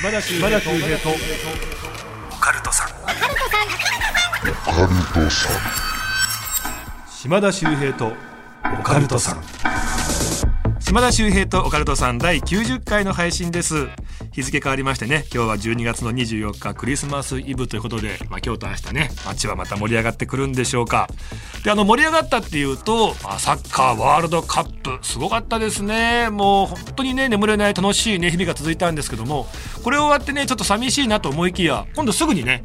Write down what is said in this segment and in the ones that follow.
島田秀平とオカルトさん。島田秀平とオカルトさん。島田秀平とオカルトさん第90回の配信です。日付変わりましてね、今日は12月の24日クリスマスイブということで、今日と明日ね、街はまた盛り上がってくるんでしょうか。で、盛り上がったっていうと、サッカーワールドカップすごかったですね。もう本当にね、眠れない楽しいね日々が続いたんですけども、これ終わってね、ちょっと寂しいなと思いきや、今度すぐにね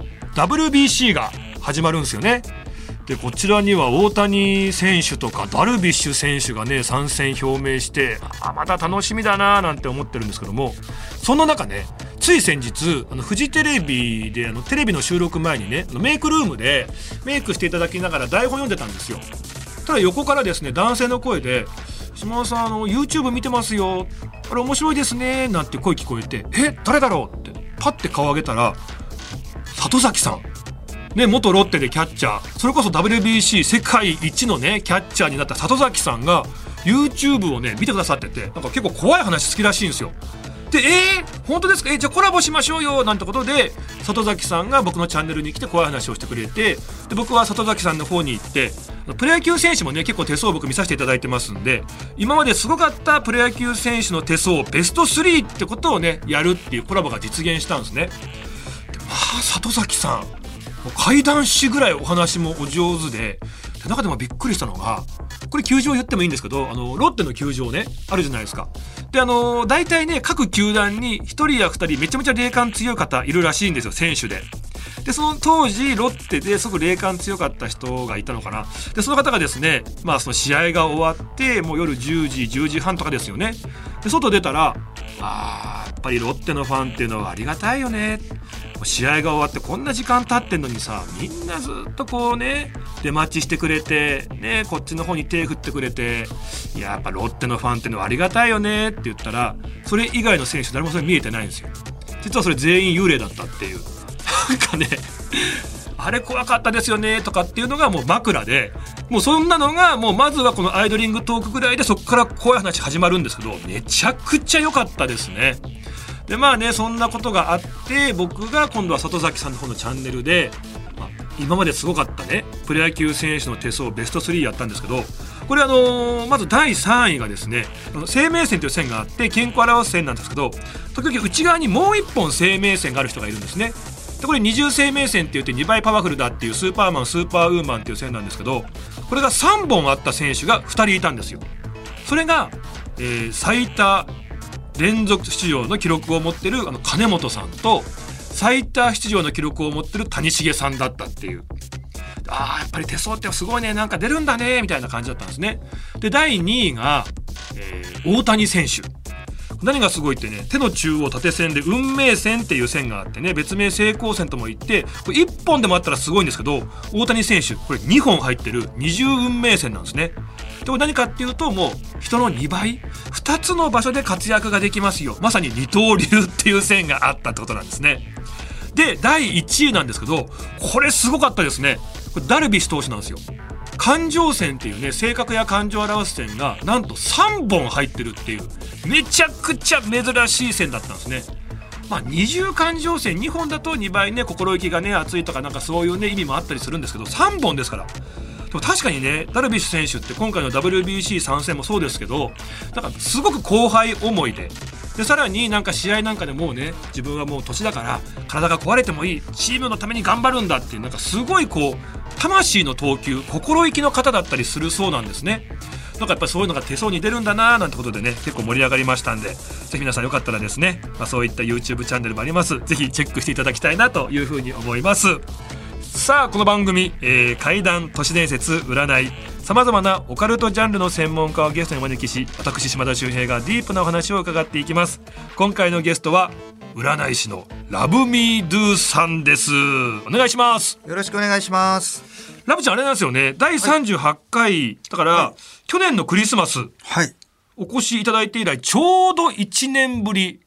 WBC が始まるんですよね。で、こちらには大谷選手とかダルビッシュ選手がね参戦表明して、また楽しみだななんて思ってるんですけども、そんな中ね、つい先日フジテレビでテレビの収録前にね、メイクルームでメイクしていただきながら台本読んでたんですよ。ただ横からですね、男性の声で、島田さんYouTube 見てますよ、あれ面白いですねなんて声聞こえて、誰だろうってパッて顔上げたら、里崎さんね、元ロッテでキャッチャー、それこそ WBC 世界一のねキャッチャーになった里崎さんが YouTube をね見てくださってて、なんか結構怖い話好きらしいんですよ。で、本当ですか、じゃあコラボしましょうよなんてことで、里崎さんが僕のチャンネルに来て怖い話をしてくれて、で僕は里崎さんの方に行って、プロ野球選手もね結構手相僕見させていただいてますんで、今まですごかったプロ野球選手の手相ベスト3ってことをねやるっていうコラボが実現したんですね。で、里崎さん怪談師ぐらいお話もお上手で、中でもびっくりしたのが、これ球場言ってもいいんですけど、ロッテの球場ねあるじゃないですか。で、大体ね各球団に1人や2人めちゃめちゃ霊感強い方いるらしいんですよ、選手で。で、その当時ロッテですごく霊感強かった人がいたのかな。で、その方がですね、その試合が終わってもう夜10時10時半とかですよね。で、外出たら、やっぱりロッテのファンっていうのはありがたいよね、試合が終わってこんな時間経ってんのにさ、みんなずっとこうね出待ちしてくれてね、こっちの方に手振ってくれて、やっぱロッテのファンってのはありがたいよねって言ったら、それ以外の選手誰もそれ見えてないんですよ。実はそれ全員幽霊だったっていう、なんかねあれ怖かったですよねとかっていうのがもう枕で、もうそんなのがもうまずはこのアイドリングトークぐらいで、そこから怖い話始まるんですけど、めちゃくちゃ良かったですね。で、そんなことがあって、僕が今度は里崎さんの方のチャンネルで、今まですごかったねプロ野球選手の手相ベスト3やったんですけど、これまず第3位がですね、生命線という線があって健康を表す線なんですけど、時々内側にもう1本生命線がある人がいるんですね。で、これ二重生命線って言って2倍パワフルだっていうスーパーマンスーパーウーマンっていう線なんですけど、これが3本あった選手が2人いたんですよ。それが、最多連続出場の記録を持ってる金本さんと、最多出場の記録を持ってる谷繁さんだったっていう。やっぱり手相ってすごいね、なんか出るんだねみたいな感じだったんですね。で、第2位が、大谷選手。何がすごいってね、手の中央縦線で運命線っていう線があってね、別名成功線とも言って、これ1本でもあったらすごいんですけど、大谷選手これ2本入ってる二重運命線なんですね。でも何かっていうと、もう人の2倍2つの場所で活躍ができますよ、まさに二刀流っていう線があったってことなんですね。で、第1位なんですけど、これすごかったですね。これダルビッシュ投手なんですよ。感情線っていうね、性格や感情を表す線がなんと3本入ってるっていう、めちゃくちゃ珍しい線だったんですね。二重感情線2本だと2倍ね、心意気がね熱いとかなんかそういうね意味もあったりするんですけど、3本ですから。でも確かにね、ダルビッシュ選手って今回の WBC 参戦もそうですけど、なんかすごく後輩思いで、さらになんか試合なんかでもうね、自分はもう年だから体が壊れてもいい、チームのために頑張るんだっていう、なんかすごいこう魂の投球、心意気の方だったりするそうなんですね。なんかやっぱりそういうのが手相に出るんだななんてことでね、結構盛り上がりましたんで、ぜひ皆さんよかったらですね、そういった YouTube チャンネルもあります。ぜひチェックしていただきたいなというふうに思います。さあ、この番組、怪談、都市伝説、占い、さまざまなオカルトジャンルの専門家をゲストにお招きし、私島田秀平がディープなお話を伺っていきます。今回のゲストは占い師のラブミードゥさんです。お願いします。 よろしくお願いします。 ラブちゃん、あれなんですよね、第38回、だから、去年のクリスマス、お越しいただいて以来ちょうど1年ぶり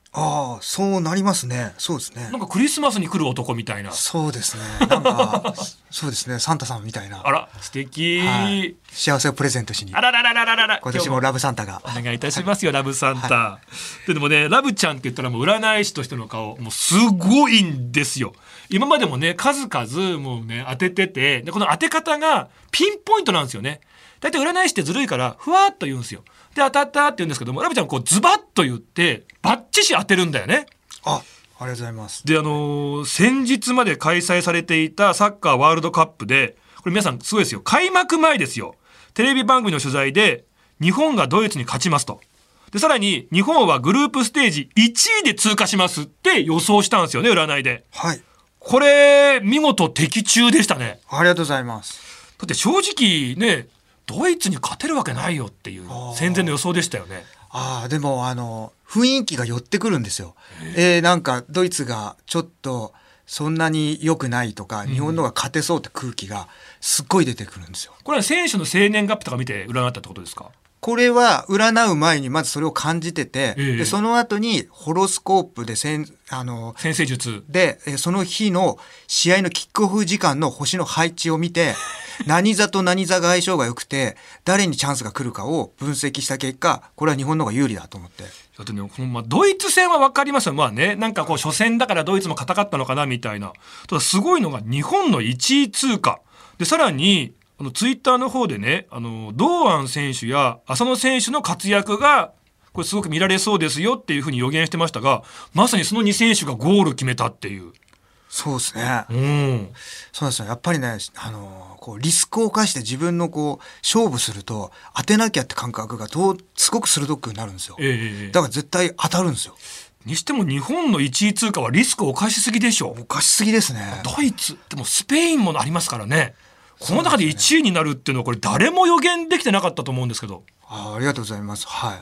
ああ、そうなりますね。そうですね。 なんかクリスマスに来る男みたいな。 そうですね。なんかそうですね。サンタさんみたいな。 あら素敵、 はい、幸せをプレゼントしに。 あららららららら。 今年もラブサンタがお願いいたしますよ、ラブサンタ、 はでもね、ラブちゃんって言ったらもう占い師としての顔もうすごいんですよ。今までもね数々もうね当ててて、でこの当て方がピンポイントなんですよね。だいたい占い師ってずるいからふわっと言うんですよ。で当たったって言うんですけども、ラブちゃんこうズバッと言ってバッチシ当てるんだよね。 ありがとうございます。 で先日まで開催されていたサッカーワールドカップで、これ皆さんすごいですよ、開幕前ですよ、テレビ番組の取材で日本がドイツに勝ちますと。でさらに日本はグループステージ1位で通過しますって予想したんですよね、占いで。 はい。 これ見事的中でしたね。 ありがとうございます。 だって正直ね、ドイツに勝てるわけないよっていう戦前の予想でしたよね。 でも雰囲気が寄ってくるんですよ。なんかドイツがちょっとそんなに良くないとか、日本のが勝てそうって空気がすっごい出てくるんですよ。 これは選手の生年月日とか見て占ったってことですか？ これは占う前にまずそれを感じてて、でその後にホロスコープで先生術でその日の試合のキックオフ時間の星の配置を見て何座と何座が相性が良くて誰にチャンスが来るかを分析した結果、これは日本の方が有利だと思って。 だってね、ドイツ戦は分かりますよ。まあね、なんかこう初戦だからドイツも硬かったのかなみたいな。ただすごいのが日本の1位通過で、さらにツイッターの方でね、堂安選手や浅野選手の活躍がこれすごく見られそうですよっていうふうに予言してましたが、まさにその2選手がゴール決めたっていう。 そうですね。そうですよ。やっぱりね、こうリスクを冒して自分のこう勝負すると当てなきゃって感覚がすごく鋭くなるんですよ。だから絶対当たるんですよ。 にしても日本の1位通過はリスクを冒しすぎでしょ。 冒しすぎですね。 ドイツでもスペインもありますからね。この中で1位になるっていうのはこれ誰も予言できてなかったと思うんですけど。 ありがとうございます。はい。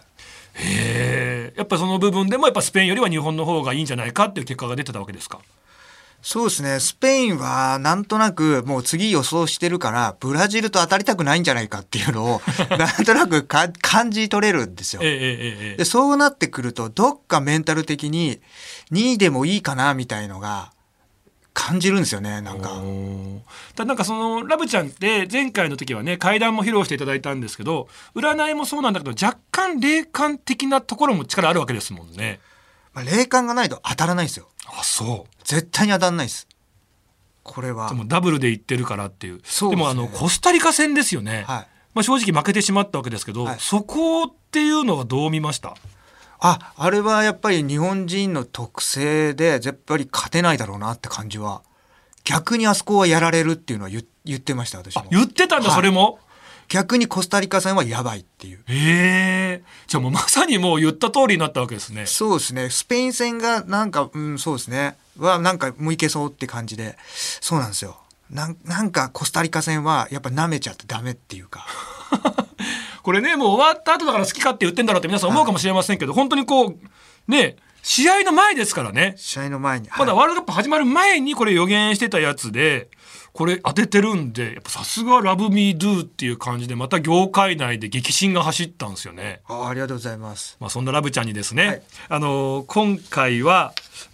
やっぱりその部分でもやっぱスペインよりは日本の方がいいんじゃないかっていう結果が出てたわけですか？ そうですね。スペインはなんとなくもう次予想してるからブラジルと当たりたくないんじゃないかっていうのをなんとなく感じ取れるんですよ。でそうなってくるとどっかメンタル的に2位でもいいかなみたいのが感じるんですよね。なんかそのラブちゃんって前回の時はね怪談も披露していただいたんですけど、占いもそうなんだけど若干霊感的なところも力あるわけですもんね。 霊感がないと当たらないですよ。 そう絶対に当たらないです。これはでもダブルで言ってるからっていう。 そうですね。 でもコスタリカ戦ですよね。正直負けてしまったわけですけど、そこっていうのはどう見ました？ あれはやっぱり日本人の特性でやっぱり勝てないだろうなって感じは、逆にあそこはやられるっていうのは言ってました。私も言ってたんだ、それも逆にコスタリカ戦はやばいっていう。 じゃあもうまさにもう言った通りになったわけですね。 そうですね。スペイン戦がなんかそうですねはなんかもういけそうって感じで、そうなんですよ。なんかコスタリカ戦はやっぱ舐めちゃってダメっていうかこれねもう終わった後だから好きかって言ってんだろうって皆さん思うかもしれませんけど、本当にこうね試合の前ですからね。 試合の前に、 まだワールドカップ始まる前にこれ予言してたやつでこれ当ててるんで、やっぱさすがラブミードゥっていう感じでまた業界内で激震が走ったんですよね。 ありがとうございます。 そんなラブちゃんにですね、今回は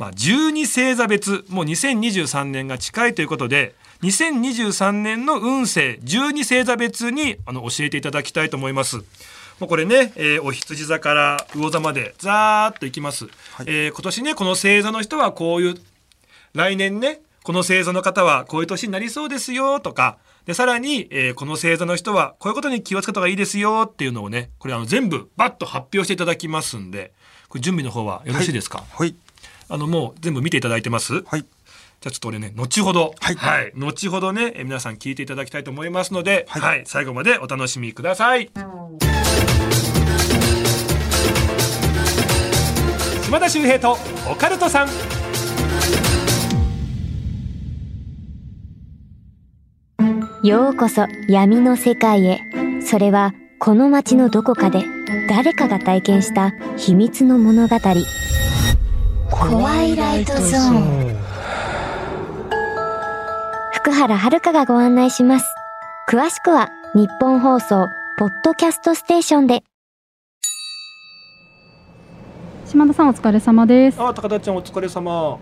12星座別、もう2023年が近いということで2023年の運勢12星座別に教えていただきたいと思います。もうこれね、お羊座から魚座までざーっといきます。今年ねこの星座の人はこういう、来年ねこの星座の方はこういう年になりそうですよとかで、さらに、この星座の人はこういうことに気をつけた方がいいですよっていうのをね、これ全部バッと発表していただきますんで、これ準備の方はよろしいですか？もう全部見ていただいてます。じゃあちょっと俺ね後ほど、後ほどね皆さん聞いていただきたいと思いますので、最後までお楽しみください。島田秀平とオカルトさん。 ようこそ闇の世界へ。それはこの街のどこかで誰かが体験した秘密の物語。怖いライトゾーン。福原遥がご案内します。詳しくは日本放送ポッドキャストステーションで。 島田さんお疲れ様です。 高田ちゃんお疲れ様。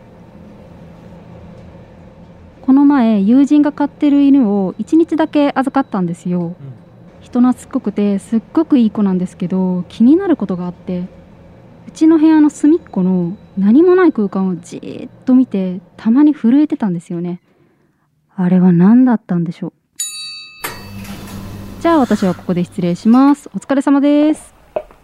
この前友人が飼ってる犬を1日だけ預かったんですよ、人懐っこくてすっごくいい子なんですけど、気になることがあって、うちの部屋の隅っこの何もない空間をじーっと見てたまに震えてたんですよね。あれは何だったんでしょう。じゃあ私はここで失礼します。お疲れ様です。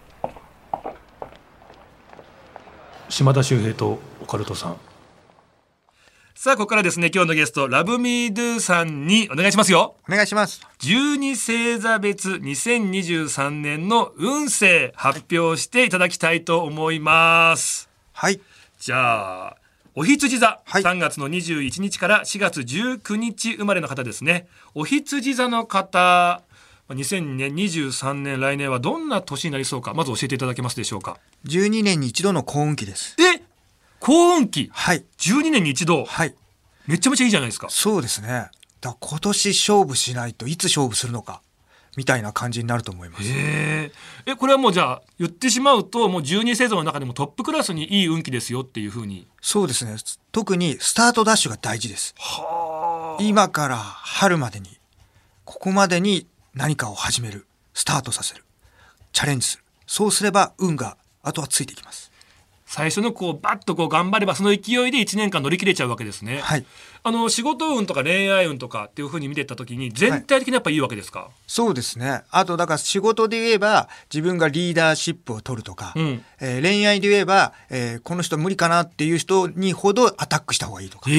島田秀平とオカルトさん。さあここからですね、今日のゲストラブミードゥさんにお願いしますよ。 お願いします。 12星座別2023年の運勢発表していただきたいと思います。 はい。 じゃあお羊座、 はい、 3月の21日から4月19日生まれの方ですね。お羊座の方、2023年来年はどんな年になりそうか、まず教えていただけますでしょうか。 12年に一度の幸運期です。 幸運期、 はい、 12年に一度、 はい、 めちゃめちゃいいじゃないですか。 そうですね。だ今年勝負しないといつ勝負するのかみたいな感じになると思います。 これはもうじゃあ言ってしまうと、もう12星座の中でもトップクラスにいい運気ですよっていう風に。 そうですね。特にスタートダッシュが大事です。今から春までにここまでに何かを始める、スタートさせる、チャレンジする。そうすれば運があとはついてきます。 最初のバッと頑張ればその勢いで1年間乗り切れちゃうわけですね。 はい。 仕事運とか恋愛運とかっていう風に見ていった時に全体的にやっぱいいわけですか。はい、 そうですね。あとだから仕事で言えば自分がリーダーシップを取るとか、恋愛で言えば、この人無理かなっていう人にほどアタックした方がいいとか。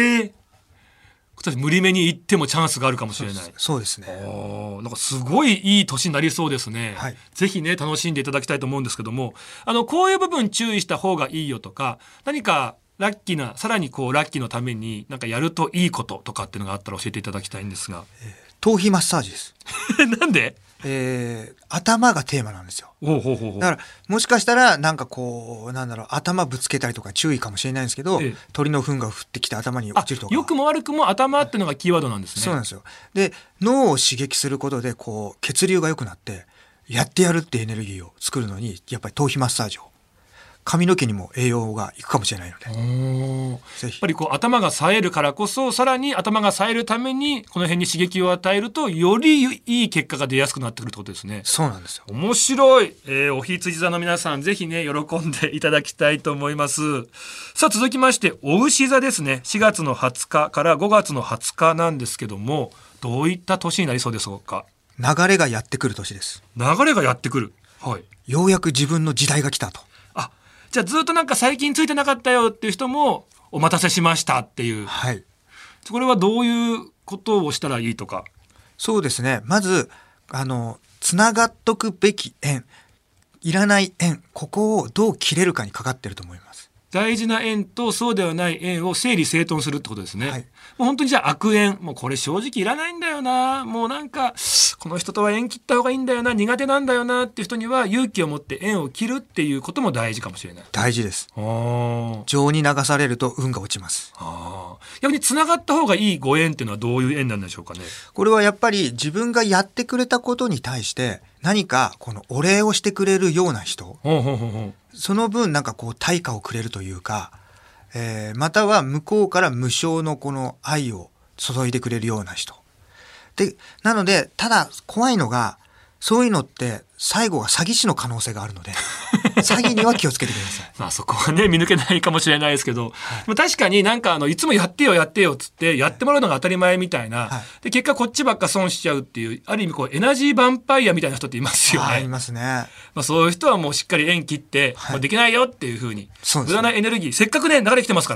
無理めに行ってもチャンスがあるかもしれない。 そうですね。 なんかすごいいい年になりそうですね。はい、ぜひね楽しんでいただきたいと思うんですけども、こういう部分注意した方がいいよとか、何かラッキーな、さらにラッキーのためになんかやるといいこととかっていうのがあったら教えていただきたいんですが。 頭皮マッサージです。 なんで？ 頭がテーマなんですよ。だからもしかしたらなんか頭ぶつけたりとか注意かもしれないんですけど、鳥の糞が降ってきて頭に落ちるとか。 良くも悪くも頭っていうのがキーワードなんですね。 そうなんですよ。で脳を刺激することで血流が良くなってやってやるってエネルギーを作るのに、やっぱり頭皮マッサージを、髪の毛にも栄養がいくかもしれないので、 やっぱり頭が冴えるからこそ、さらに頭が冴えるためにこの辺に刺激を与えるとよりいい結果が出やすくなってくるってことですね。 そうなんですよ。 面白い。お羊座の皆さんぜひね喜んでいただきたいと思います。さあ続きましてお牛座ですね。4月の20日から5月の20日なんですけども、どういった年になりそうでしょうか。 流れがやってくる年です。 流れがやってくる。はい。 ようやく自分の時代が来たと。 じゃあずっとなんか最近ついてなかったよっていう人もお待たせしましたっていう、 はい、 これはどういうことをしたらいいとか。 そうですね。まずつながっとくべき縁、いらない縁、ここをどう切れるかにかかってると思います。 大事な縁とそうではない縁を整理整頓するってことですね。 はい、 もう本当にじゃあ悪縁、もうこれ正直いらないんだよな、もうなんかこの人とは縁切った方がいいんだよな、苦手なんだよなっていう人には勇気を持って縁を切るっていうことも大事かもしれない。 大事です。情に流されると運が落ちます。 逆につながった方がいいご縁っていうのはどういう縁なんでしょうかね。 これはやっぱり自分がやってくれたことに対して何かお礼をしてくれるような人、その分なんか対価をくれるというか、または向こうから無償の愛を注いでくれるような人で、なのでただ怖いのが、そういうのって最後は詐欺師の可能性があるので詐欺には気をつけてください。 そこはね見抜けないかもしれないですけど、確かになんかいつもやってよっつってやってもらうのが当たり前みたいな、で結果こっちばっか損しちゃうっていう、ある意味エナジーヴァンパイアみたいな人っていますよね。 いますね。 そういう人はもうしっかり縁切って、できないよっていう風に、無駄なエネルギーせっかくね流れてきてますから、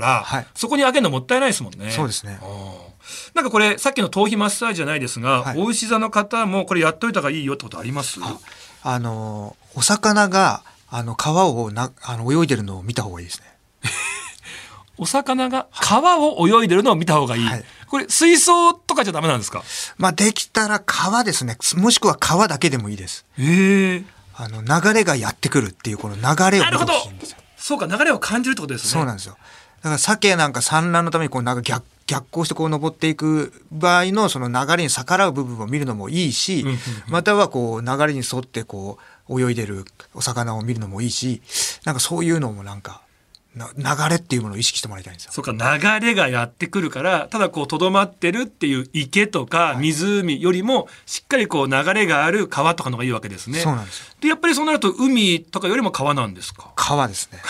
そこにあげるのもったいないですもんね。 そうですね。 なんかこれさっきの頭皮マッサージじゃないですが、お牛座の方もこれやっといた方がいいよってことあります？ お魚が川を泳いでるのを見た方がいいですね。 お魚が川を泳いでるのを見た方がいい、これ水槽とかじゃダメなんですか？ できたら川ですね。もしくは川だけでもいいです。流れがやってくるっていうこの流れを見てほしいんですよ。 そうか、流れを感じるってことですね。 そうなんですよ。だから鮭なんか産卵のためになんか逆行して登っていく場合のその流れに逆らう部分を見るのもいいし、または流れに沿って泳いでるお魚を見るのもいいし、 なんかそういうのもなんか流れっていうものを意識してもらいたいんですよ。 そうか、流れがやってくるから、ただこうとどまってるっていう池とか湖よりもしっかりこう流れがある川とかのがいいわけですね。 そうなんですよ。 でやっぱりそうなると海とかよりも川なんですか？ 川ですね。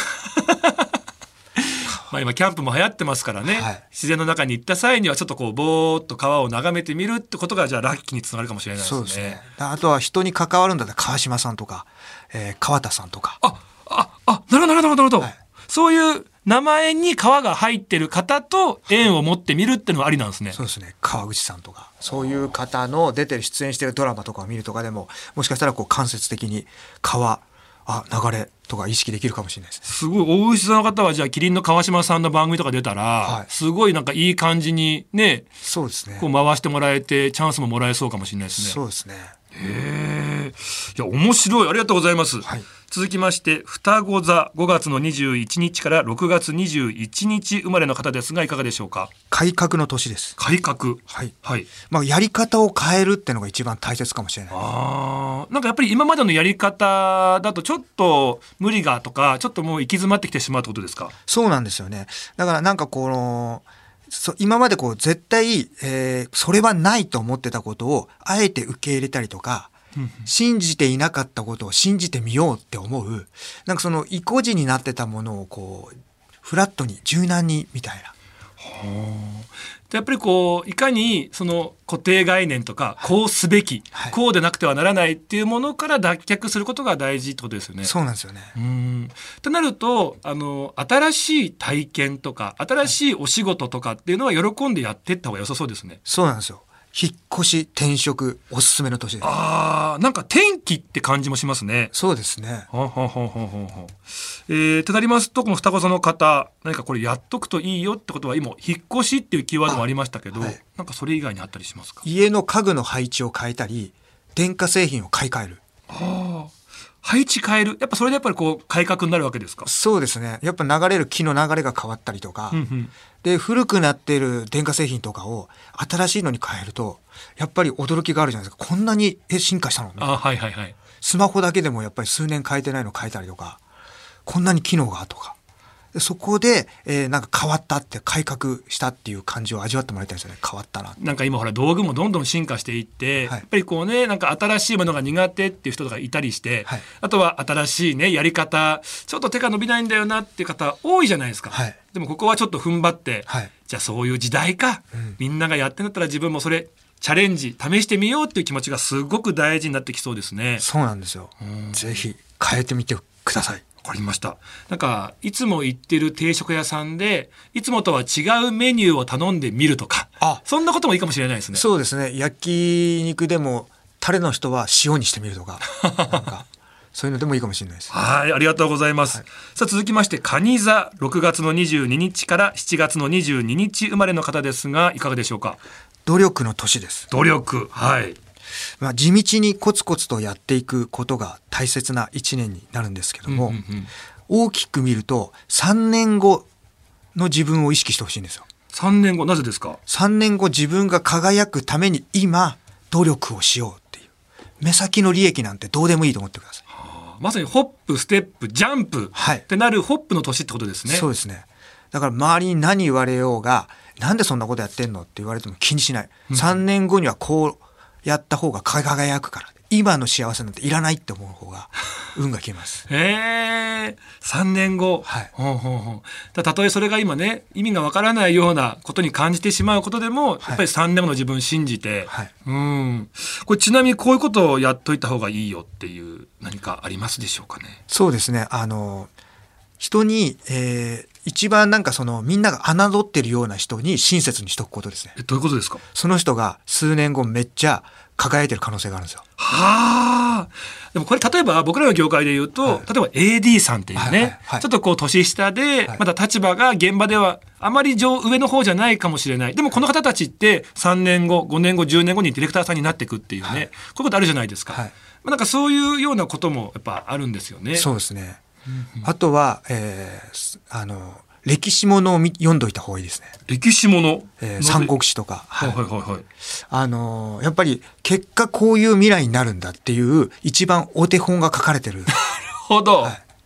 まあ今キャンプも流行ってますからね、 はい、 自然の中に行った際にはちょっとこうぼーっと川を眺めてみるってことがじゃあラッキーにつながるかもしれないですね。 そうですね。あとは人に関わるんだったら川島さんとか、川田さんとか。 なるほど、 はい、 そういう名前に川が入ってる方と縁を持ってみるっていうのはありなんですね。 そうですね。川口さんとかそういう方の出てる出演してるドラマとかを見るとかでも、もしかしたらこう間接的に川流れとか意識できるかもしれないですね。 すごい大牛座の方はじゃあキリンの川島さんの番組とか出たら、はい、すごいなんかいい感じにね、 そうですね、 こう回してもらえてチャンスももらえそうかもしれないですね。 そうですね。 いや面白い、ありがとうございます、 はい、 続きまして双子座5月の21日から6月21日生まれの方ですがいかがでしょうか。 改革の年です。 改革、 はいはい。やり方を変えるっていうのが一番大切かもしれない。 なんかやっぱり今までのやり方だとちょっと無理がとかちょっともう行き詰まってきてしまうってことですか。 そうなんですよね。だからなんか今まで絶対、それはないと思ってたことをあえて受け入れたりとか、信じていなかったことを信じてみようって思う、なんかその意固地になってたものをフラットに柔軟にみたいな。 やっぱりいかにその固定概念とかこうすべき、はい、こうでなくてはならないっていうものから脱却することが大事ってことですよね。 そうなんですよね。 となると新しい体験とか新しいお仕事とかっていうのは喜んでやっていった方が良さそうですね。 そうなんですよ。引っ越し転職おすすめの年です。 なんか転機って感じもしますね。 そうですね。 となりますとこの双子座の方何かこれやっとくといいよってことは今引っ越しっていうキーワードもありましたけど、はい、なんかそれ以外にあったりしますか。 家の家具の配置を変えたり電化製品を買い替える。 配置変える、やっぱそれでやっぱり改革になるわけですか。 そうですね。やっぱ流れる木の流れが変わったりとか、で古くなっている電化製品とかを新しいのに変えるとやっぱり驚きがあるじゃないですか。こんなに進化したの、スマホだけでもやっぱり数年変えてないの変えたりとか、こんなに機能がとか、そこで、なんか変わったって改革したっていう感じを味わってもらいたいですよね。変わったな。 なんか今ほら道具もどんどん進化していって、やっぱりなんか新しいものが苦手っていう人がいたりして、あとは新しいねやり方ちょっと手が伸びないんだよなっていう方多いじゃないですか。でもここはちょっと踏ん張って、じゃあそういう時代か、みんながやってんだったら自分もそれチャレンジ試してみようっていう気持ちがすごく大事になってきそうですね。 そうなんですよ。ぜひ変えてみてください。 わかりました。なんかいつも行ってる定食屋さんでいつもとは違うメニューを頼んでみるとか、そんなこともいいかもしれないですね。 そうですね。焼肉でもタレの人は塩にしてみるとかなんかそういうのでもいいかもしれないです。 はい、ありがとうございます。さあ続きまして蟹座6月の22日から7月の22日生まれの方ですがいかがでしょうか。 努力の年です。 努力、はい。 地道にコツコツとやっていくことが大切な1年になるんですけども、大きく見ると3年後の自分を意識してほしいんですよ。 3年後なぜですか。 3年後自分が輝くために今努力をしようっていう、目先の利益なんてどうでもいいと思ってください。 まさにホップステップジャンプってなるホップの年ってことですね。 そうですね。だから周りに何言われようがなんでそんなことやってんのって言われても気にしない。3年後にはこうやった方が輝くから、今の幸せなんていらないって思う方が運が消えます。 3年後、たとえそれが今ね意味がわからないようなことに感じてしまうことでも、やっぱり3年後の自分信じて、これちなみにこういうことをやっといた方がいいよっていう何かありますでしょうかね。 そうですね。人に、一番なんかみんなが侮ってるような人に親切にしとくことですね。 どういうことですか。 その人が数年後めっちゃ輝いてる可能性があるんですよ。 でもこれ例えば僕らの業界で言うと、例えば AD さんっていうね、ちょっと年下で、まだ立場が現場ではあまり上の方じゃないかもしれない。でもこの方たちって3年後5年後10年後にディレクターさんになっていくっていうね、こういうことあるじゃないですか。なんかそういうようなこともやっぱあるんですよね。 そうですね。あとは、歴史ものを読んどいた方がいいですね。 歴史もの、 三国志とか、やっぱり結果こういう未来になるんだっていう一番お手本が書かれてる。 なるほど、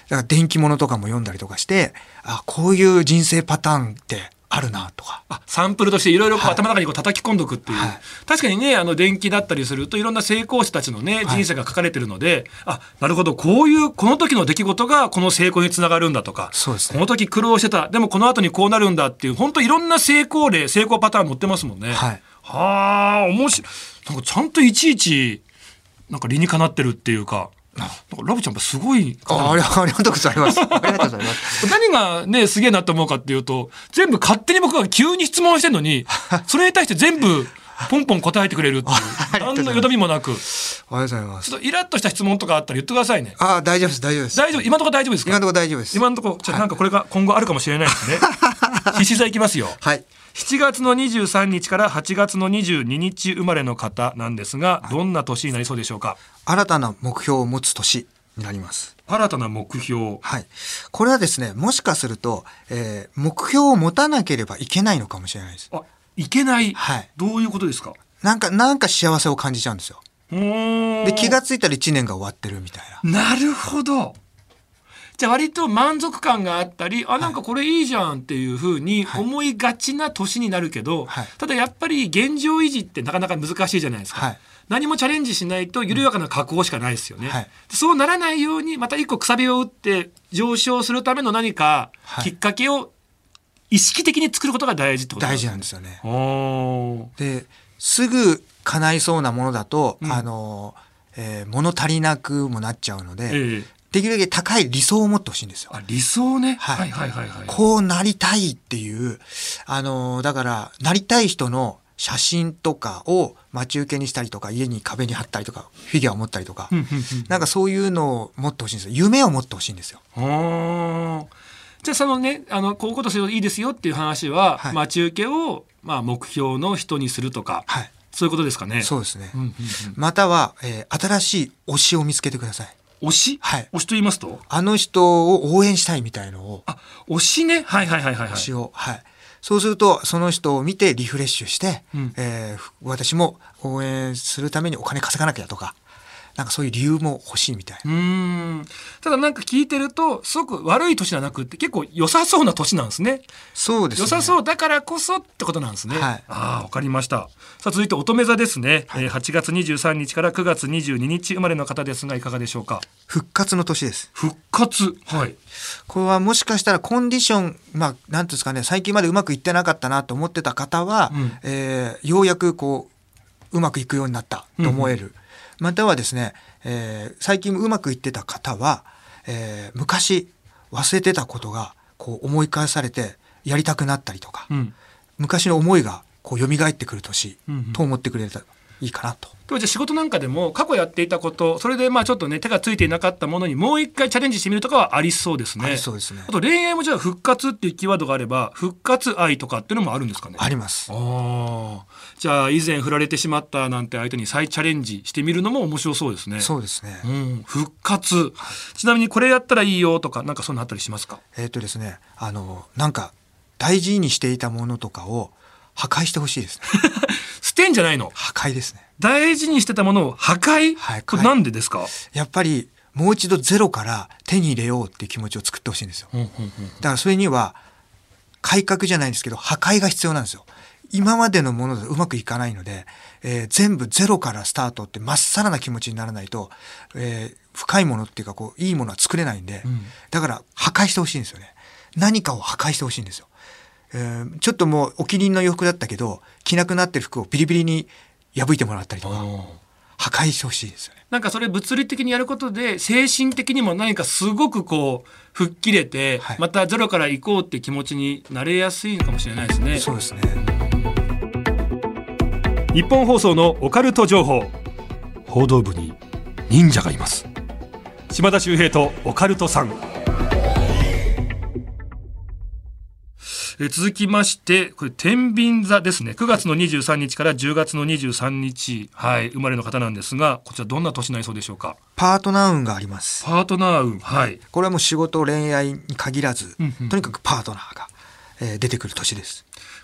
だから電気物とかも読んだりとかして、こういう人生パターンってあるなとか、 サンプルとしていろいろ頭の中にこう叩き込んどくっていう、確かにね電気だったりするといろんな成功者たちのね人生が書かれてるので、なるほど、この時の出来事がこの成功につながるんだとか、 そうですね、 この時苦労してた、でもこの後にこうなるんだっていう、本当いろんな成功例、成功パターン載ってますもんね。面白い。なんかちゃんといちいちなんか理にかなってるっていうか、なんかラブちゃんすごい。 ありがとうございます。ありがとうございます。 何がねすげえなと思うかっていうと、全部勝手に僕が急に質問してるのにそれに対して全部ポンポン答えてくれるっていう何のよどみもなく。 ありがとうございます。 ちょっとイラッとした質問とかあったら言ってくださいね。 大丈夫です、大丈夫です。 大丈夫、今のところ大丈夫ですか？ 今のところ大丈夫です。 今のところなんかこれが今後あるかもしれないですね。必死座いきますよ。 はい。 7月の23日から8月の22日生まれの方なんですが、どんな年になりそうでしょうか？ 新たな目標を持つ年になります。 新たな目標。 はい。これはですね、もしかすると、目標を持たなければいけないのかもしれないです。 いけない。 はい。 どういうことですか？ なんか幸せを感じちゃうんですよ。で、気がついたら1年が終わってるみたいな。なるほど。じゃあ割と満足感があったり、なんかこれいいじゃんっていうふうに思いがちな年になるけど、ただやっぱり現状維持ってなかなか難しいじゃないですか。何もチャレンジしないと緩やかな下降しかないですよね。そうならないようにまた一個くさびを打って上昇するための何かきっかけを意識的に作ることが大事ってことですね。 大事なんですよね。ですぐ叶いそうなものだと、物足りなくもなっちゃうので、できるだけ高い理想を持ってほしいんですよ。 理想ね。 こうなりたいっていう、だからなりたい人の写真とかを待ち受けにしたりとか、家に壁に貼ったりとか、フィギュアを持ったりとか、なんかそういうのを持ってほしいんですよ。夢を持ってほしいんですよ。 じゃあそのね、こういうことするといいですよっていう話は、待ち受けを目標の人にするとか、そういうことですかね。 そうですね。または、新しい推しを見つけてください。 推し？推しと言いますと？ あの人を応援したいみたいのを。 推しね。 推しを。そうすると、その人を見てリフレッシュして、私も応援するためにお金稼がなきゃとか、なんかそういう理由も欲しいみたいな。 ただなんか聞いてると、すごく悪い年じゃなくて、結構良さそうな年なんですね。 そうですね。 良さそうだからこそってことなんですね。わかりました。さあ続いて乙女座ですね。8月23日から9月22日生まれの方ですが、いかがでしょうか？ 復活の年です。 復活。 これはもしかしたらコンディション、なんていうんですかね、最近までうまくいってなかったなと思ってた方は、ようやくうまくいくようになったと思える。またはですね、最近うまくいってた方は、昔忘れてたことが思い返されてやりたくなったりとか、昔の思いが蘇ってくる年と思ってくれたらいいかなと。 じゃあ仕事なんかでも過去やっていたこと、それでちょっとね手がついていなかったものにもう一回チャレンジしてみるとかはありそうですね。 そうですね。 あと恋愛もじゃあ復活っていうキーワードがあれば、復活愛とかっていうのもあるんですかね？ あります。 じゃあ以前振られてしまったなんて相手に再チャレンジしてみるのも面白そうですね。 そうですね。 復活。ちなみにこれやったらいいよとか、なんかそんなあったりしますか？ ですね、なんか大事にしていたものとかを破壊してほしいですね。 捨てんじゃないの？破壊ですね。 大事にしてたものを破壊？これなんでですか？ やっぱりもう一度ゼロから手に入れようっていう気持ちを作ってほしいんですよ。だからそれには改革じゃないんですけど、破壊が必要なんですよ。今までのものでうまくいかないので、全部ゼロからスタートってまっさらな気持ちにならないと、深いものっていうかいいものは作れないんで、だから破壊してほしいんですよね。何かを破壊してほしいんですよ。ちょっともうお気に入りの洋服だったけど着なくなってる服をビリビリに破いてもらったりとか、破壊してほしいですよね。 なんかそれ物理的にやることで精神的にも何かすごく吹っ切れて、またゼロから行こうって気持ちになれやすいのかもしれないですね。 そうですね。 日本放送のオカルト情報。報道部に忍者がいます。島田秀平とオカルトさん。続きましてこれ天秤座ですね。9月の23日から10月の23日、生まれの方なんですが、こちらどんな年になりそうでしょうか？ パートナー運があります。 パートナー運。 これはもう仕事恋愛に限らず、とにかくパートナーが、出てくる年です。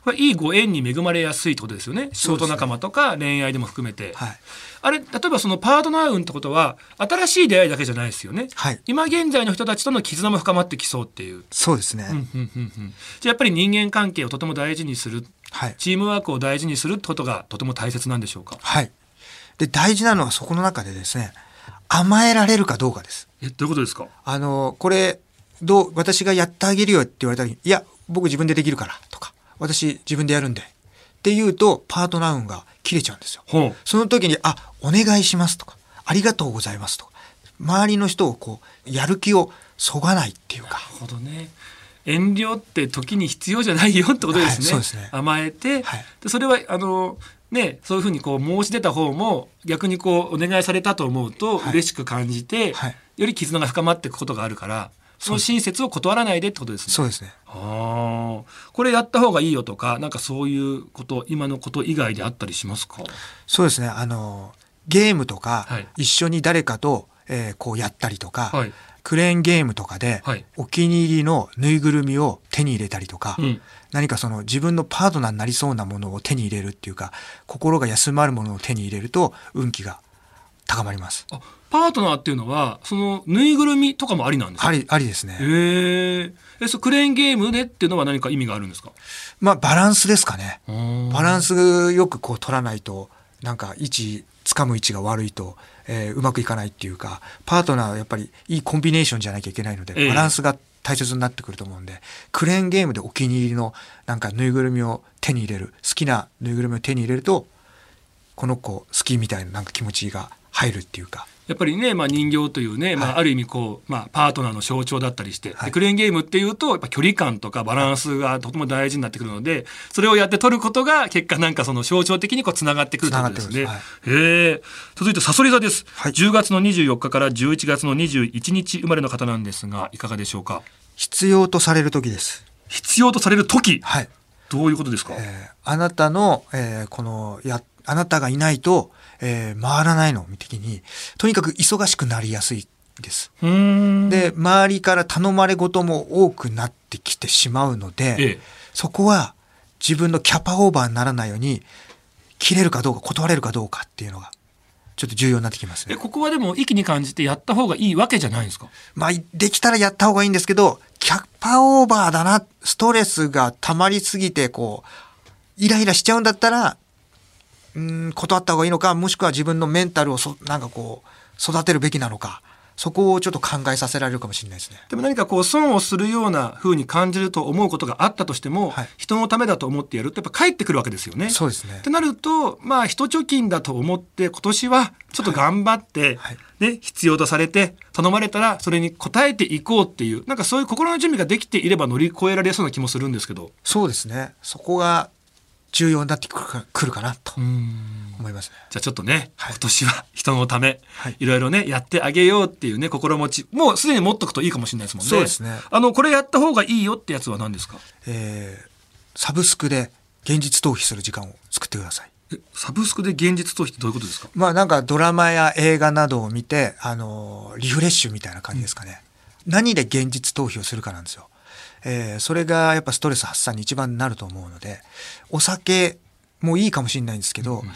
いいご縁に恵まれやすいってことですよね。仕事仲間とか恋愛でも含めて、 はい、 あれ例えばそのパートナー運ってことは新しい出会いだけじゃないですよね、 はい、 今現在の人たちとの絆も深まってきそうっていう。 そうですね、 じゃあやっぱり人間関係をとても大事にする、 はい、 チームワークを大事にするってことがとても大切なんでしょうか。 はい。で大事なのはそこの中でですね、甘えられるかどうかです。 どういうことですか。 これ私がやってあげるよって言われた時に、いや僕自分でできるからとか、私自分でやるんでって言うとパートナー運が切れちゃうんですよ。その時にお願いしますとか、ありがとうございますとか、周りの人をこうやる気をそがないっていうか。 なるほどね。遠慮って時に必要じゃないよってことですね。 そうですね。 甘えて、でそれはね、そういうふうにこう申し出た方も逆にこうお願いされたと思うと嬉しく感じて、より絆が深まっていくことがあるから、その親切を断らないでってことですね。 そうですね。 これやった方がいいよとか、なんかそういうこと今のこと以外であったりしますか。 そうですね。ゲームとか、一緒に誰かと、こうやったりとか、クレーンゲームとかで、お気に入りのぬいぐるみを手に入れたりとか、何かその自分のパートナーになりそうなものを手に入れるっていうか、心が休まるものを手に入れると運気が高まります。 パートナーっていうのはそのぬいぐるみとかもありなんですか。 ありですね。 そうクレーンゲームでっていうのは何か意味があるんですか。 バランスですかね。バランスよくこう取らないと、なんか掴む位置が悪いと、うまくいかないっていうか、パートナーはやっぱりいいコンビネーションじゃなきゃいけないので、バランスが大切になってくると思うんで、クレーンゲームでお気に入りのなんかぬいぐるみを手に入れる、好きなぬいぐるみを手に入れると、この子好きみたいななんか気持ちが入るっていうか。 やっぱりね、人形というね、ある意味こう、パートナーの象徴だったりして、でクレーンゲームっていうとやっぱ距離感とかバランスがとても大事になってくるので、それをやって取ることが結果なんかその象徴的にこうつながってくるということですね。続いて蠍座です、10月の24日から11月の21日生まれの方なんですが、いかがでしょうか。 必要とされる時です。 必要とされる時、どういうことですか。 あなたの、あなたがいないと、回らないの的に、とにかく忙しくなりやすいです。で周りから頼まれ事も多くなってきてしまうので、そこは自分のキャパオーバーにならないように、切れるかどうか断れるかどうかっていうのがちょっと重要になってきますね。 ここはでも意気に感じてやった方がいいわけじゃないんですか。 できたらやった方がいいんですけど、キャパオーバーだな、ストレスが溜まりすぎてこうイライラしちゃうんだったら、断った方がいいのか、もしくは自分のメンタルをなんかこう育てるべきなのか、そこをちょっと考えさせられるかもしれないですね。 でも何かこう損をするような風に感じると思うことがあったとしても、人のためだと思ってやるとやっぱ返ってくるわけですよね。 そうですね。 ってなると、人貯金だと思って今年はちょっと頑張って、必要とされて頼まれたらそれに応えていこうっていう、なんかそういう心の準備ができていれば乗り越えられそうな気もするんですけど。 そうですね。そこが重要になってくるかなと思いますね。 じゃあちょっとね、今年は人のため、いろいろねやってあげようっていうね心持ち、もうすでに持っとくといいかもしれないですもんね。 そうですね。 これやった方がいいよってやつは何ですか。 サブスクで現実逃避する時間を作ってください。 サブスクで現実逃避ってどういうことですか。 なんかドラマや映画などを見て、リフレッシュみたいな感じですかね。何で現実逃避をするかなんですよ。それがやっぱストレス発散に一番なると思うので、お酒もいいかもしれないんですけど、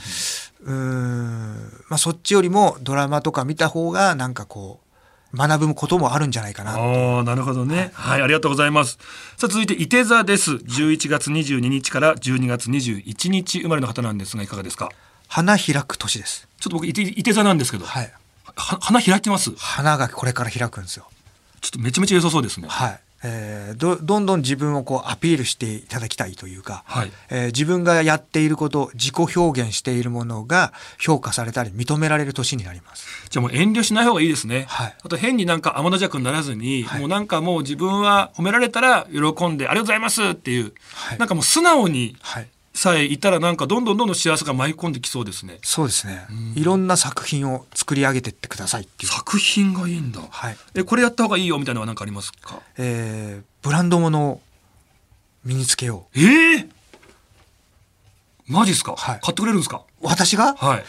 そっちよりもドラマとか見た方がなんかこう学ぶこともあるんじゃないかな。 なるほどね、ありがとうございます。さあ続いていて座です。11月22日から12月21日生まれの方なんですが、いかがですか。 花開く年です。 ちょっと僕いて座なんですけど、花開きます。花がこれから開くんですよ。 ちょっとめちゃめちゃ良さそうですね。 どんどん自分をこうアピールしていただきたいというか、自分がやっていること、自己表現しているものが評価されたり認められる年になります。 じゃあもう遠慮しない方がいいですね。あと変になんか天の弱にならずに、もうなんかもう自分は褒められたら喜んでありがとうございますっていう、なんかもう素直にさえいたらなんかどんどん幸せが舞い込んできそうですね。 そうですね。いろんな作品を作り上げていってくださいっていう。 作品がいいんだ。これやった方がいいよみたいなのは何かありますか。 ブランド物を身につけよう。 マジですか。買ってくれるんですか。 私が。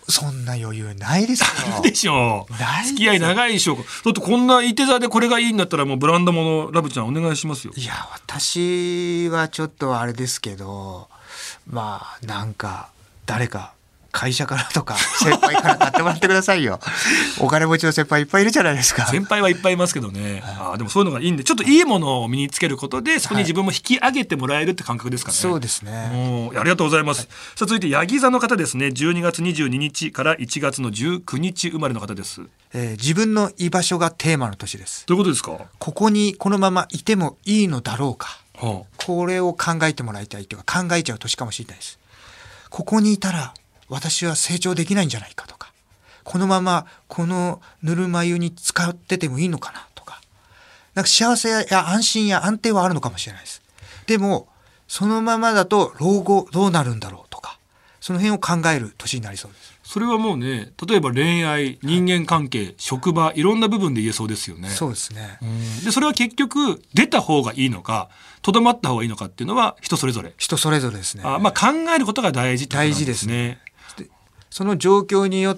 そんな余裕ないですよ。 でしょう。付き合い長いでしょう。だってこんないて座でこれがいいんだったらもうブランド物ラブちゃんお願いしますよ。 いや私はちょっとあれですけど、まあなんか誰か会社からとか先輩から買ってもらってくださいよ。お金持ちの先輩いっぱいいるじゃないですか。 先輩はいっぱいいますけどね。でもそういうのがいいんで、ちょっといいものを身につけることでそこに自分も引き上げてもらえるって感覚ですかね。 そうですね。 ありがとうございます。さあ続いてヤギ座の方ですね。12月22日から1月の19日生まれの方です。 自分の居場所がテーマの年です。 どういうことですか？ ここにこのままいてもいいのだろうか、これを考えてもらいたいというか、考えちゃう年かもしれないです。ここにいたら私は成長できないんじゃないかとか、このままこのぬるま湯に使っててもいいのかなとか、なんか幸せや安心や安定はあるのかもしれないです。でもそのままだと老後どうなるんだろうとか、その辺を考える年になりそうです。 それはもうね、例えば恋愛、人間関係、職場、いろんな部分で言えそうですよね。 そうですね。 でそれは結局出た方がいいのかとどまった方がいいのかっていうのは人それぞれですね。 考えることが大事ってことなんですね。大事ですね。 その状況によって、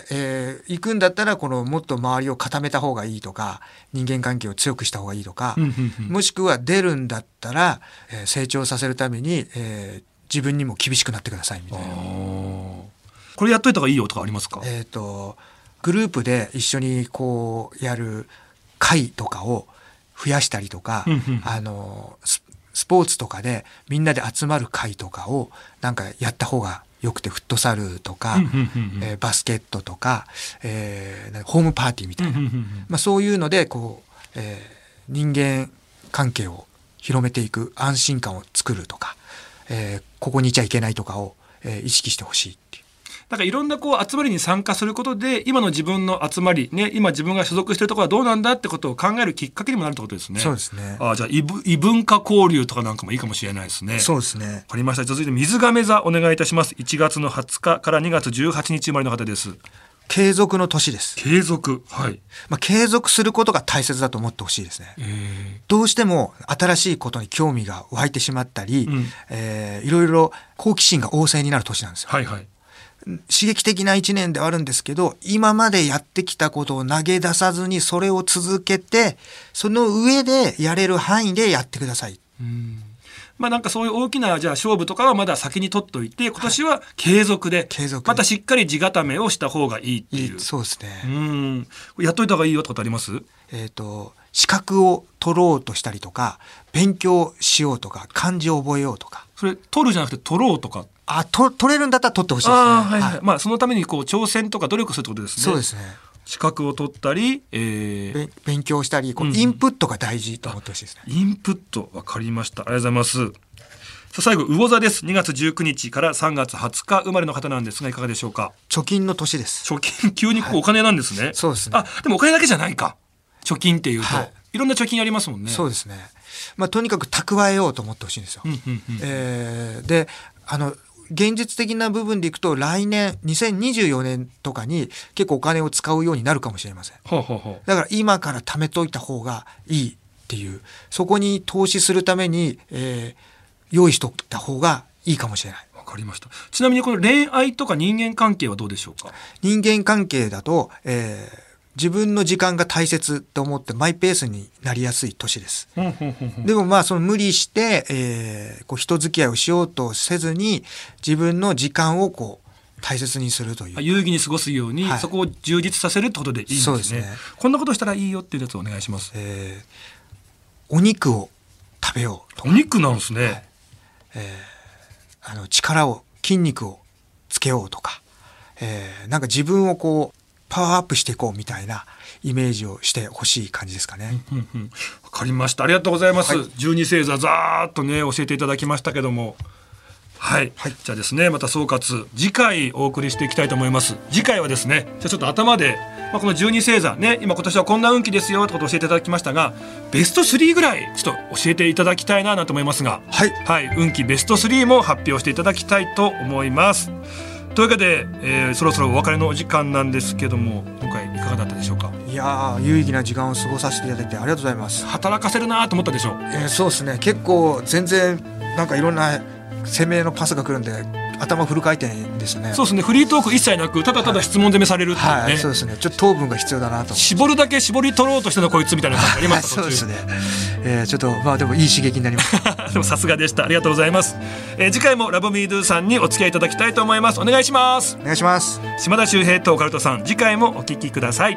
行くんだったらこのもっと周りを固めた方がいいとか、人間関係を強くした方がいいとか、もしくは出るんだったら、成長させるために、自分にも厳しくなってくださいみたいな。 これやっといた方がいいよとかありますか？ グループで一緒にこうやる会とかを増やしたりとか、スポーツとかでみんなで集まる会とかをなんかやった方がよくて、フットサルとか、バスケットとか、ホームパーティーみたいな、そういうのでこう、人間関係を広めていく、安心感を作るとか、ここにいちゃいけないとかを、意識してほしいっていう。 なんかいろんなこう集まりに参加することで、今の自分の集まり、ね、今自分が所属しているところはどうなんだってことを考えるきっかけにもなるってことですね。 そうですね。 じゃあ異文化交流とかなんかもいいかもしれないですね。 そうですね。 わかりました。続いて水亀座お願いいたします。1月の20日から2月18日生まれの方です。 継続の年です。 継続、はい。 継続することが大切だと思ってほしいですね。どうしても新しいことに興味が湧いてしまったり、いろいろ好奇心が旺盛になる年なんですよ。 はいはい。 刺激的な一年ではあるんですけど、今までやってきたことを投げ出さずにそれを続けて、その上でやれる範囲でやってください。 なんかそういう大きなじゃあ勝負とかはまだ先に取っといて、今年は継続で、またしっかり地固めをした方がいいっていう。 そうですね。 やっといた方がいいよってことあります？ 資格を取ろうとしたりとか、勉強しようとか、漢字を覚えようとか。 それ取るじゃなくて取ろうとか。 取れるんだったら取ってほしいですね。 そのためにこう挑戦とか努力するってことですね。 そうですね。 資格を取ったり、 勉強したり、インプットが大事と思ってほしいですね。 インプット、わかりました。ありがとうございます。さあ最後魚座です。2月19日から3月20日生まれの方なんですが、いかがでしょうか？ 貯金の年です。 貯金、急にお金なんですね。 そうですね。 でもお金だけじゃないか。貯金っていうと、いろんな貯金ありますもんね。 そうですね。とにかく蓄えようと思ってほしいんですよ。で、現実的な部分でいくと、来年2024年とかに結構お金を使うようになるかもしれません。だから今から貯めといた方がいいっていう、そこに投資するために、用意しておいた方がいいかもしれない。 わかりました。ちなみにこの恋愛とか人間関係はどうでしょうか？ 人間関係だと、自分の時間が大切と思ってマイペースになりやすい年です。でもその無理して、人付き合いをしようとせずに、自分の時間を大切にするという、 有意義に過ごすように、そこを充実させるってことでいいんですね。 そうですね。 こんなことしたらいいよっていうやつをお願いします。 お肉を食べようとか。 お肉なんですね。 筋肉をつけようとか、なんか自分をパワーアップしていこうみたいなイメージをしてほしい感じですかね。 わかりました。ありがとうございます。12星座ざーっとね教えていただきましたけども、じゃあですね、また総括次回お送りしていきたいと思います。次回はですね、じゃあちょっと頭で、この12星座ね、今年はこんな運気ですよってことを教えていただきましたが、ベスト3ぐらいちょっと教えていただきたいなと思いますが、運気ベスト3も発表していただきたいと思います。というわけで、そろそろお別れのお時間なんですけども、今回いかがだったでしょうか？ いや有意義な時間を過ごさせていただいてありがとうございます。 働かせるなと思ったでしょう？ そうですね。結構全然なんかいろんな攻めのパスが来るんで、 頭フル回転ですね。 そうですね、フリートーク一切なくただただ質問攻めされるっていうね、 はい、そうですね、ちょっと糖分が必要だなと。 絞るだけ絞り取ろうとしてのこいつみたいな感じありましたそうですね、ちょっとまあでもいい刺激になりましたでもさすがでした、ありがとうございます。次回もラブミードゥさんにお付き合いいただきたいと思います。お願いします。 お願いします。 島田秀平とオカルトさん、次回もお聞きください。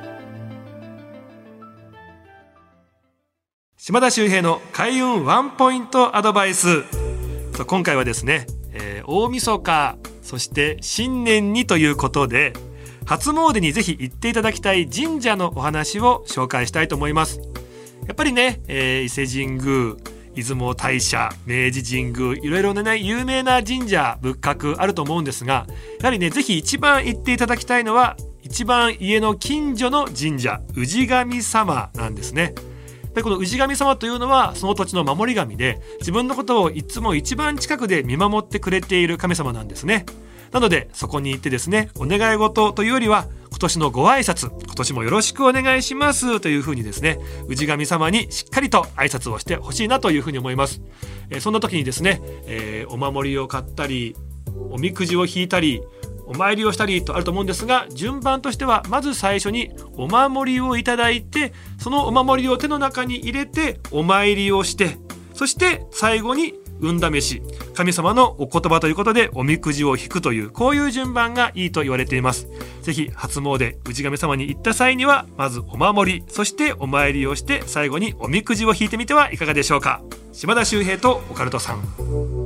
島田秀平の開運ワンポイントアドバイス。今回はですね、大晦日そして新年にということで、初詣にぜひ行っていただきたい神社のお話を紹介したいと思います。やっぱりね、伊勢神宮、出雲大社、明治神宮、いろいろなね有名な神社仏閣あると思うんですが、やはりねぜひ一番行っていただきたいのは一番家の近所の神社、氏神様なんですね。でこの氏神様というのはその土地の守り神で、自分のことをいつも一番近くで見守ってくれている神様なんですね。なのでそこに行ってですね、お願い事というよりは今年のご挨拶、今年もよろしくお願いしますというふうにですね、氏神様にしっかりと挨拶をしてほしいなというふうに思います。そんな時にですね、お守りを買ったりおみくじを引いたりお参りをしたりとあると思うんですが、順番としてはまず最初にお守りをいただいて、そのお守りを手の中に入れてお参りをして、そして最後に運試し、神様のお言葉ということでおみくじを引くという、こういう順番がいいと言われています。ぜひ初詣、氏神様に行った際にはまずお守り、そしてお参りをして最後におみくじを引いてみてはいかがでしょうか。島田秀平とオカルトさん。